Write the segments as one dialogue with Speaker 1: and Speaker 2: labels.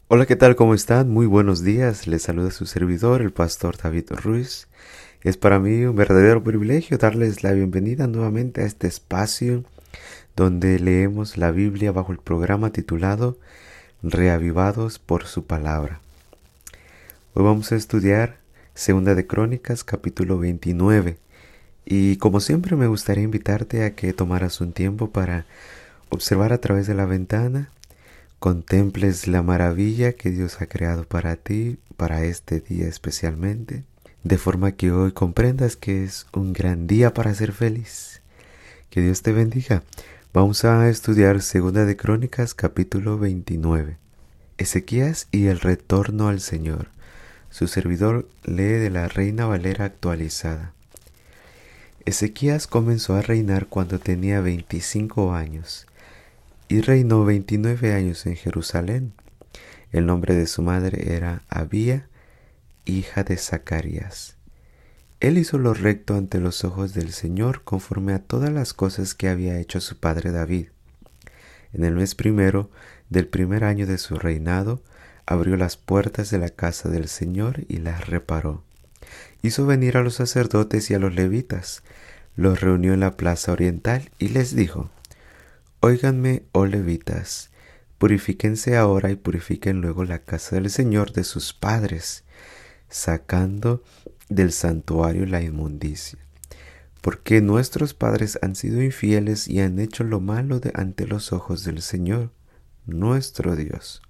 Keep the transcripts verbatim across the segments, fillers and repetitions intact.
Speaker 1: Hola, ¿qué tal? ¿Cómo están? Muy buenos días. Les saluda su servidor, el pastor David Ruiz. Es para mí un verdadero privilegio darles la bienvenida nuevamente a este espacio donde leemos la Biblia bajo el programa titulado Reavivados por su palabra. Hoy vamos a estudiar Segunda de Crónicas, capítulo veintinueve. Y como siempre me gustaría invitarte a que tomaras un tiempo para observar a través de la ventana, contemples la maravilla que Dios ha creado para ti, para este día especialmente, de forma que hoy comprendas que es un gran día para ser feliz. Que Dios te bendiga. Vamos a estudiar Segunda de Crónicas, capítulo veintinueve. Ezequías y el retorno al Señor. Su servidor lee de la Reina Valera actualizada. Ezequías comenzó a reinar cuando tenía veinticinco años y reinó veintinueve años en Jerusalén. El nombre de su madre era Abía, hija de Zacarías. Él hizo lo recto ante los ojos del Señor conforme a todas las cosas que había hecho su padre David. En el mes primero del primer año de su reinado, abrió las puertas de la casa del Señor y las reparó. Hizo venir a los sacerdotes y a los levitas, los reunió en la plaza oriental y les dijo: Óiganme, oh levitas, purifíquense ahora y purifiquen luego la casa del Señor de sus padres, sacando del santuario la inmundicia. Porque nuestros padres han sido infieles y han hecho lo malo de ante los ojos del Señor, nuestro Dios.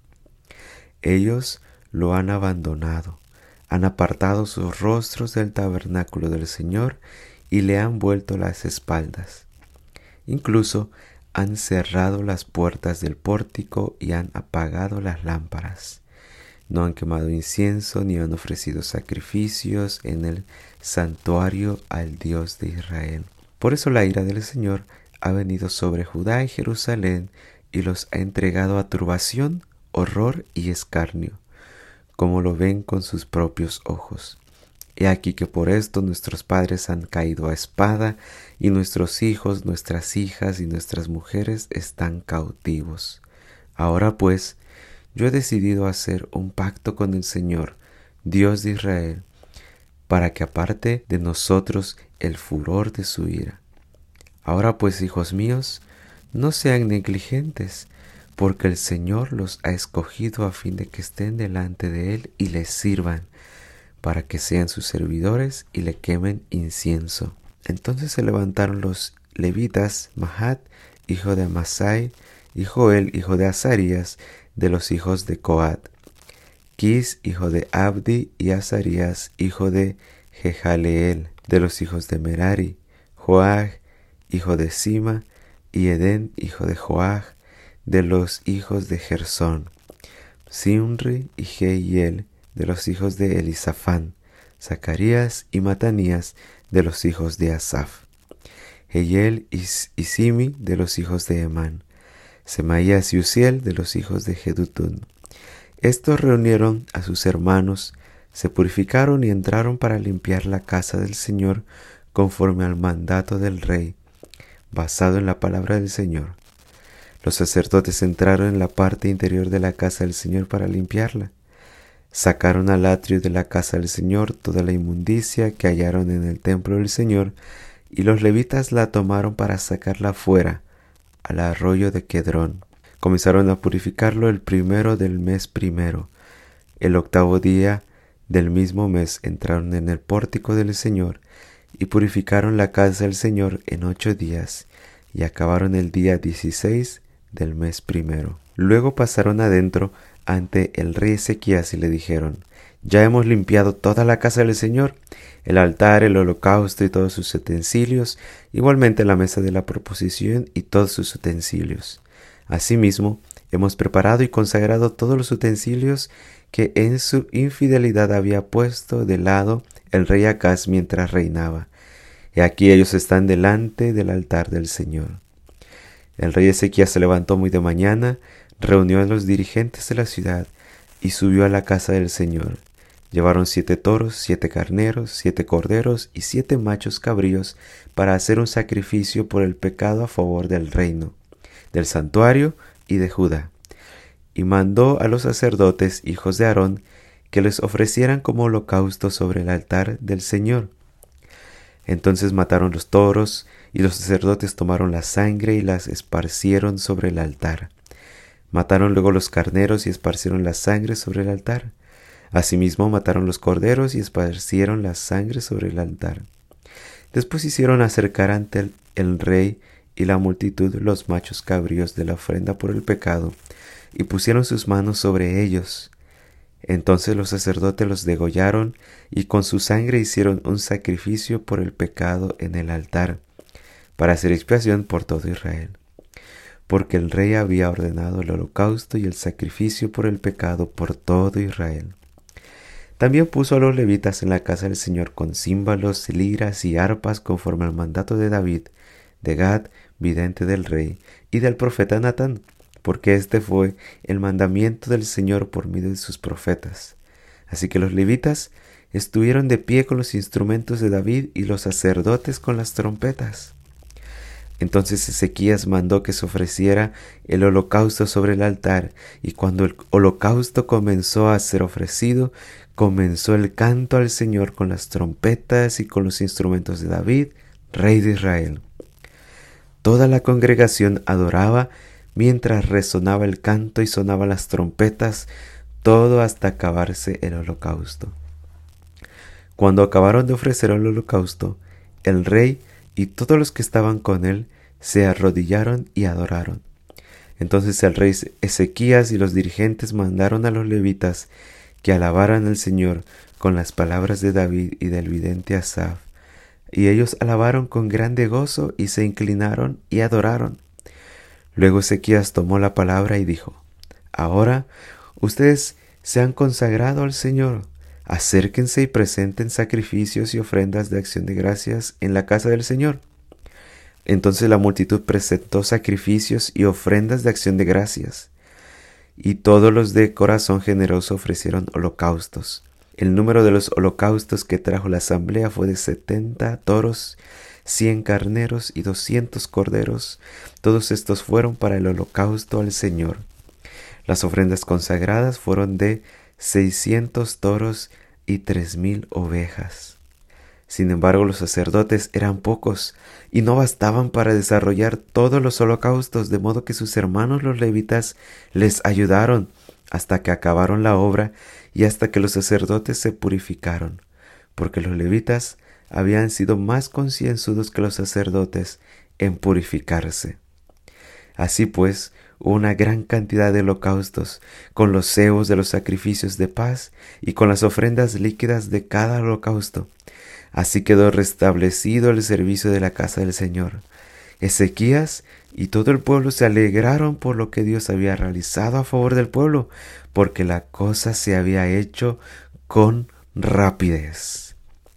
Speaker 1: Ellos lo han abandonado, han apartado sus rostros del tabernáculo del Señor y le han vuelto las espaldas. Incluso han cerrado las puertas del pórtico y han apagado las lámparas. No han quemado incienso ni han ofrecido sacrificios en el santuario al Dios de Israel. Por eso la ira del Señor ha venido sobre Judá y Jerusalén y los ha entregado a turbación, horror y escarnio, como lo ven con sus propios ojos. He aquí que por esto nuestros padres han caído a espada, y nuestros hijos, nuestras hijas y nuestras mujeres están cautivos. Ahora pues, yo he decidido hacer un pacto con el Señor, Dios de Israel, para que aparte de nosotros el furor de su ira. Ahora pues, hijos míos, no sean negligentes, porque el Señor los ha escogido a fin de que estén delante de Él y les sirvan, para que sean sus servidores y le quemen incienso. Entonces se levantaron los levitas, Mahat, hijo de Amasai, y Joel, hijo de Azarías, de los hijos de Coat, Quis, hijo de Abdi, y Azarías, hijo de Jehaleel, de los hijos de Merari, Joag, hijo de Sima, y Edén, hijo de Joag, de los hijos de Gersón, Simri y Jehiel, de los hijos de Elisafán, Zacarías y Matanías, de los hijos de Asaf, Jehiel y Simi, de los hijos de Emán, Semaías y Uziel, de los hijos de Jedutún. Estos reunieron a sus hermanos, se purificaron y entraron para limpiar la casa del Señor conforme al mandato del rey, basado en la palabra del Señor. Los sacerdotes entraron en la parte interior de la casa del Señor para limpiarla. Sacaron al atrio de la casa del Señor toda la inmundicia que hallaron en el templo del Señor, y los levitas la tomaron para sacarla fuera, al arroyo de Quedrón. Comenzaron a purificarlo el primero del mes primero. El octavo día del mismo mes entraron en el pórtico del Señor y purificaron la casa del Señor en ocho días, y acabaron el día dieciséis del mes primero. Luego pasaron adentro ante el rey Ezequías y le dijeron: Ya hemos limpiado toda la casa del Señor, el altar, el holocausto y todos sus utensilios, igualmente la mesa de la proposición y todos sus utensilios. Asimismo, hemos preparado y consagrado todos los utensilios que en su infidelidad había puesto de lado el rey Acaz mientras reinaba. Y aquí ellos están delante del altar del Señor. El rey Ezequías se levantó muy de mañana, reunió a los dirigentes de la ciudad y subió a la casa del Señor. Llevaron siete toros, siete carneros, siete corderos y siete machos cabríos para hacer un sacrificio por el pecado a favor del reino, del santuario y de Judá. y mandó a los sacerdotes, hijos de Aarón, que les ofrecieran como holocausto sobre el altar del Señor. Entonces mataron los toros, y los sacerdotes tomaron la sangre y las esparcieron sobre el altar. Mataron luego los carneros y esparcieron la sangre sobre el altar. Asimismo mataron los corderos y esparcieron la sangre sobre el altar. Después hicieron acercar ante el, el rey y la multitud los machos cabríos de la ofrenda por el pecado, y pusieron sus manos sobre ellos. Entonces los sacerdotes los degollaron, y con su sangre hicieron un sacrificio por el pecado en el altar, para hacer expiación por todo Israel. Porque el rey había ordenado el holocausto y el sacrificio por el pecado por todo Israel. También puso a los levitas en la casa del Señor con címbalos, liras y arpas conforme al mandato de David, de Gad, vidente del rey, y del profeta Natán, porque este fue el mandamiento del Señor por medio de sus profetas. Así que los levitas estuvieron de pie con los instrumentos de David y los sacerdotes con las trompetas. Entonces Ezequías mandó que se ofreciera el holocausto sobre el altar, y cuando el holocausto comenzó a ser ofrecido, comenzó el canto al Señor con las trompetas y con los instrumentos de David, rey de Israel. Toda la congregación adoraba mientras resonaba el canto y sonaban las trompetas, todo hasta acabarse el holocausto. Cuando acabaron de ofrecer el holocausto, el rey y todos los que estaban con él se arrodillaron y adoraron. Entonces el rey Ezequías y los dirigentes mandaron a los levitas que alabaran al Señor con las palabras de David y del vidente Asaf. Y ellos alabaron con grande gozo y se inclinaron y adoraron. Luego Ezequías tomó la palabra y dijo: Ahora ustedes se han consagrado al Señor. Acérquense y presenten sacrificios y ofrendas de acción de gracias en la casa del Señor. Entonces la multitud presentó sacrificios y ofrendas de acción de gracias, y todos los de corazón generoso ofrecieron holocaustos. El número de los holocaustos que trajo la asamblea fue de setenta toros, cien carneros y doscientos corderos. Todos estos fueron para el holocausto al Señor. Las ofrendas consagradas fueron de seiscientos toros y tres mil ovejas. Sin embargo, los sacerdotes eran pocos y no bastaban para desarrollar todos los holocaustos, de modo que sus hermanos los levitas les ayudaron hasta que acabaron la obra y hasta que los sacerdotes se purificaron, porque los levitas habían sido más concienzudos que los sacerdotes en purificarse. Así pues, una gran cantidad de holocaustos, con los cebos de los sacrificios de paz y con las ofrendas líquidas de cada holocausto. Así quedó restablecido el servicio de la casa del Señor. Ezequías y todo el pueblo se alegraron por lo que Dios había realizado a favor del pueblo, porque la cosa se había hecho con rapidez.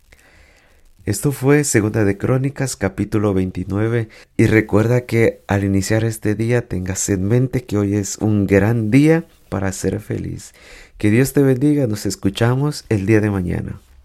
Speaker 1: Esto fue Segunda de Crónicas, capítulo veintinueve, y recuerda que al iniciar este día tengas en mente que hoy es un gran día para ser feliz. Que Dios te bendiga, nos escuchamos el día de mañana.